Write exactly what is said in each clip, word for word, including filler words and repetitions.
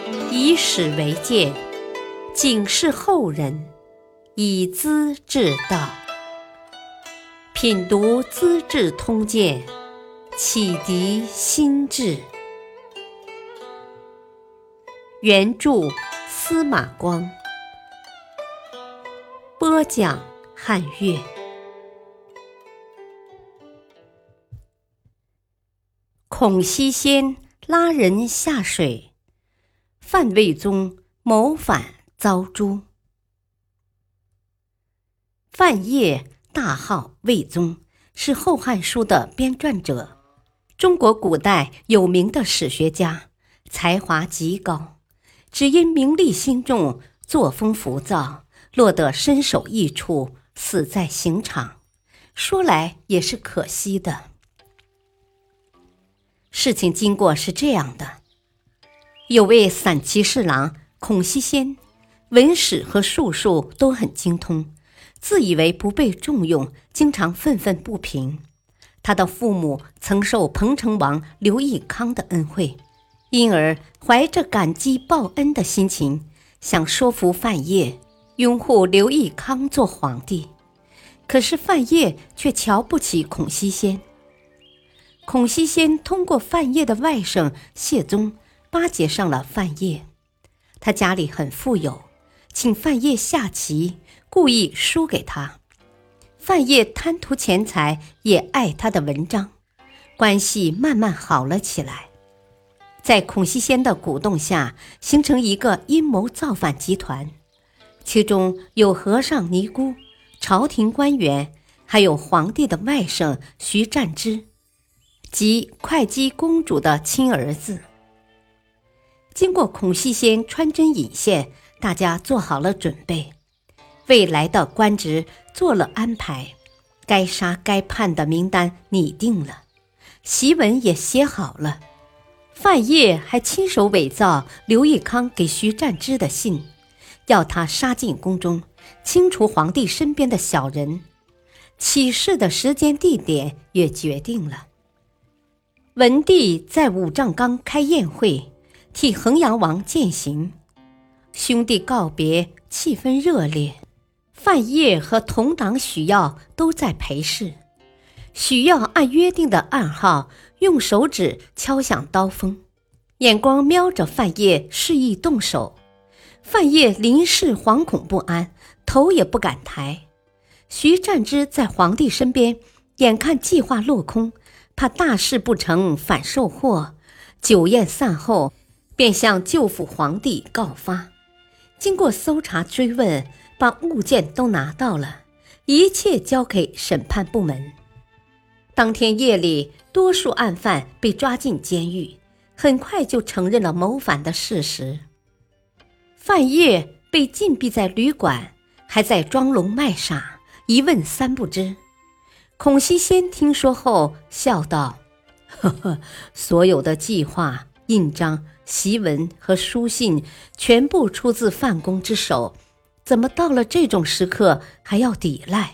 以史为鉴，警示后人，以资治道。品读《资治通鉴》，启迪心智。原著司马光，播讲汉乐。孔熙先拉人下水，范魏宗谋反遭诛。范晔大号魏宗，是《后汉书》的编撰者，中国古代有名的史学家，才华极高，只因名利心重，作风浮躁，落得身首异处，死在刑场。说来也是可惜的。事情经过是这样的，有位散骑侍郎孔熙先，文史和术数都很精通，自以为不被重用，经常愤愤不平。他的父母曾受彭城王刘义康的恩惠，因而怀着感激报恩的心情，想说服范晔拥护刘义康做皇帝。可是范晔却瞧不起孔熙先。孔熙先通过范晔的外甥谢宗巴结上了范晔，他家里很富有，请范晔下棋，故意输给他。范晔贪图钱财，也爱他的文章，关系慢慢好了起来。在孔熙先的鼓动下，形成一个阴谋造反集团，其中有和尚尼姑、朝廷官员，还有皇帝的外甥徐占之，即会稽公主的亲儿子。经过孔熙先穿针引线，大家做好了准备，未来的官职做了安排，该杀该判的名单拟定了，檄文也写好了。范晔还亲手伪造刘义康给徐占之的信，要他杀进宫中，清除皇帝身边的小人。起事的时间地点也决定了。文帝在武丈冈开宴会，替衡阳王饯行，兄弟告别，气氛热烈。范晔和同党许耀都在陪侍。许耀按约定的暗号，用手指敲响刀锋，眼光瞄着范晔，示意动手。范晔临事惶恐不安，头也不敢抬。徐占之在皇帝身边，眼看计划落空，怕大事不成反受祸，酒宴散后便向舅父皇帝告发。经过搜查追问，把物件都拿到了，一切交给审判部门。当天夜里，多数案犯被抓进监狱，很快就承认了谋反的事实。范晔被禁闭在旅馆，还在装聋卖傻，一问三不知。孔熙先听说后笑道：呵呵，所有的计划、印章、檄文和书信全部出自范公之手，怎么到了这种时刻还要抵赖？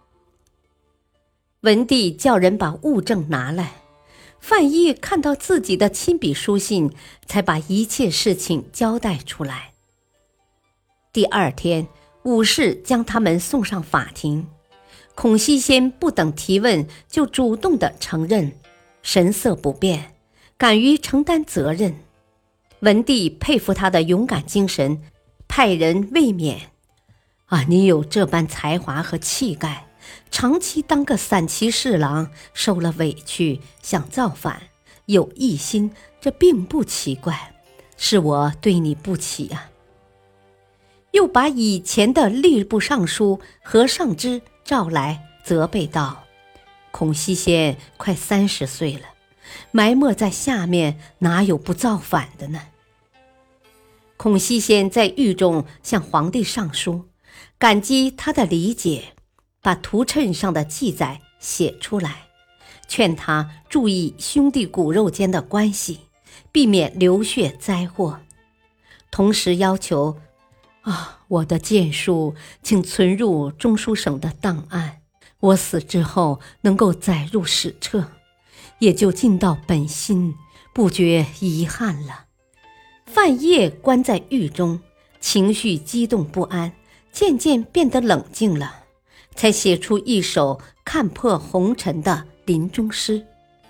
文帝叫人把物证拿来，范晔看到自己的亲笔书信，才把一切事情交代出来。第二天，武士将他们送上法庭。孔熙先不等提问，就主动地承认，神色不变，敢于承担责任。文帝佩服他的勇敢精神，派人慰勉：啊，你有这般才华和气概，长期当个散骑侍郎，受了委屈，想造反，有异心，这并不奇怪，是我对你不起啊。又把以前的吏部尚书何尚之召来，责备道：孔熙先快三十岁了，埋没在下面，哪有不造反的呢？孔熙先在狱中向皇帝上书，感激他的理解，把图谶上的记载写出来，劝他注意兄弟骨肉间的关系，避免流血灾祸。同时要求啊，我的荐书请存入中书省的档案，我死之后能够载入史册，也就尽到本心，不觉遗憾了。 范晔关在狱中，情绪激动不安，渐渐变得冷静了，才写出一首看破红尘的临终诗。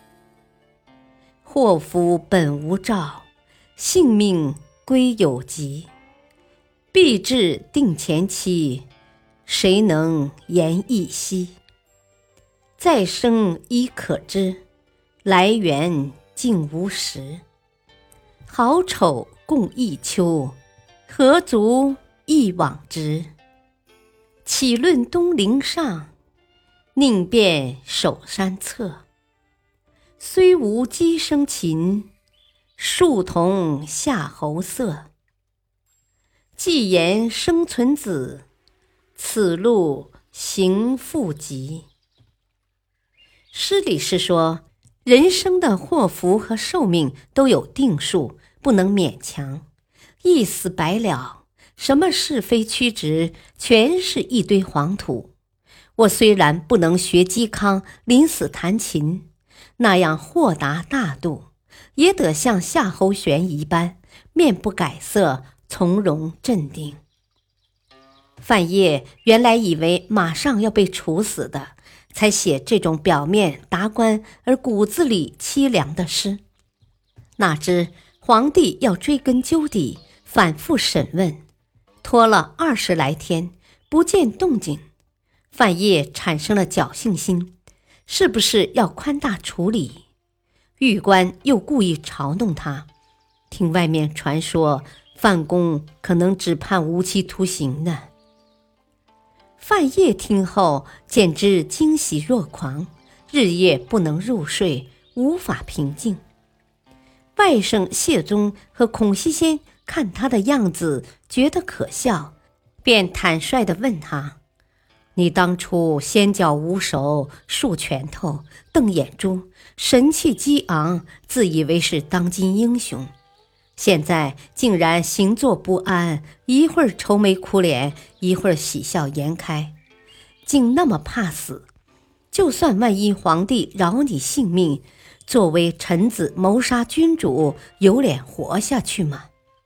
祸福本无兆，性命归有极。必至定前期，谁能言一夕？再生已可知，来源竟无时。好丑共一秋，何足一往直？岂论东陵上，宁辨守山侧。虽无鸡声禽，树同夏侯色。既言生存子，此路行复疾。诗里是说，人生的祸福和寿命都有定数，不能勉强，一死百了，什么是非曲直，全是一堆黄土。我虽然不能学嵇康临死弹琴，那样豁达大度，也得像夏侯玄一般，面不改色，从容镇定。范晔原来以为马上要被处死的，才写这种表面达观而骨子里凄凉的诗。哪知皇帝要追根究底，反复审问，拖了二十来天，不见动静。范晔产生了侥幸心，是不是要宽大处理？狱官又故意嘲弄他，听外面传说范公可能只判无期徒刑呢。范晔听后简直惊喜若狂，日夜不能入睡，无法平静。外甥谢宗和孔熙先看他的样子觉得可笑，便坦率地问他：你当初先脚无手，竖拳头，瞪眼珠，神气激昂，自以为是当今英雄，现在竟然行坐不安，一会儿愁眉苦脸，一会儿喜笑颜开，竟那么怕死。就算万一皇帝饶你性命，作为臣子谋杀君主，有脸活下去吗？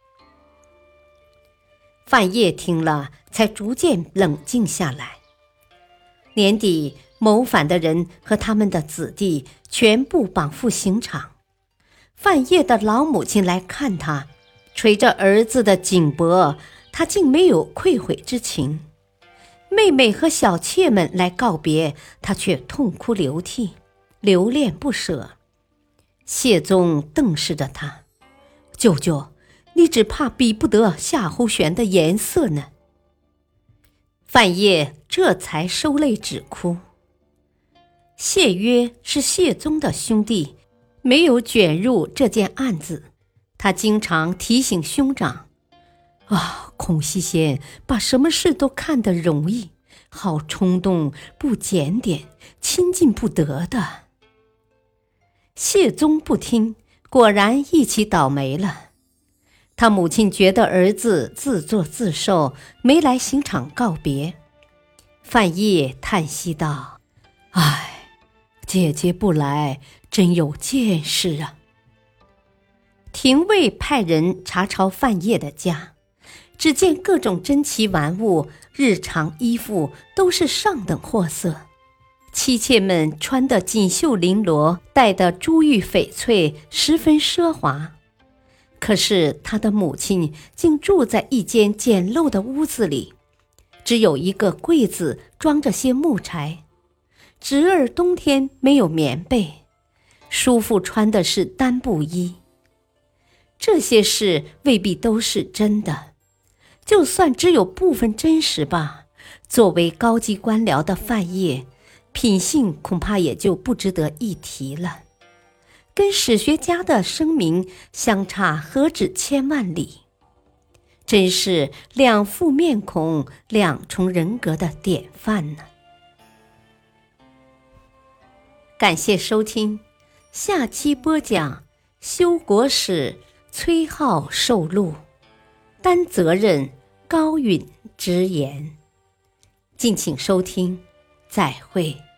范晔听了，才逐渐冷静下来。年底，谋反的人和他们的子弟全部绑赴刑场。范晔的老母亲来看他，捶着儿子的颈脖，他竟没有愧悔之情。妹妹和小妾们来告别，他却痛哭流涕，留恋不舍。谢宗瞪视着他：舅舅，你只怕比不得夏侯玄的颜色呢。范晔这才收泪止哭。谢约是谢宗的兄弟，没有卷入这件案子。他经常提醒兄长：啊，孔熙先把什么事都看得容易，好冲动，不检点，亲近不得的。谢宗不听，果然一起倒霉了。他母亲觉得儿子自作自受，没来刑场告别。范晔叹息道：唉，姐姐不来，真有见识啊。廷尉派人查抄范晔的家，只见各种珍奇玩物、日常衣服都是上等货色，妻妾们穿得锦绣绫罗，戴的珠玉翡翠，十分奢华。可是他的母亲竟住在一间简陋的屋子里，只有一个柜子装着些木柴，侄儿冬天没有棉被，叔父穿的是单布衣。这些事未必都是真的，就算只有部分真实吧，作为高级官僚的范晔，品性恐怕也就不值得一提了，跟史学家的声名相差何止千万里，真是两副面孔、两重人格的典范呢。感谢收听，下期播讲修国史崔颢受录，担责任高允直言。敬请收听，再会。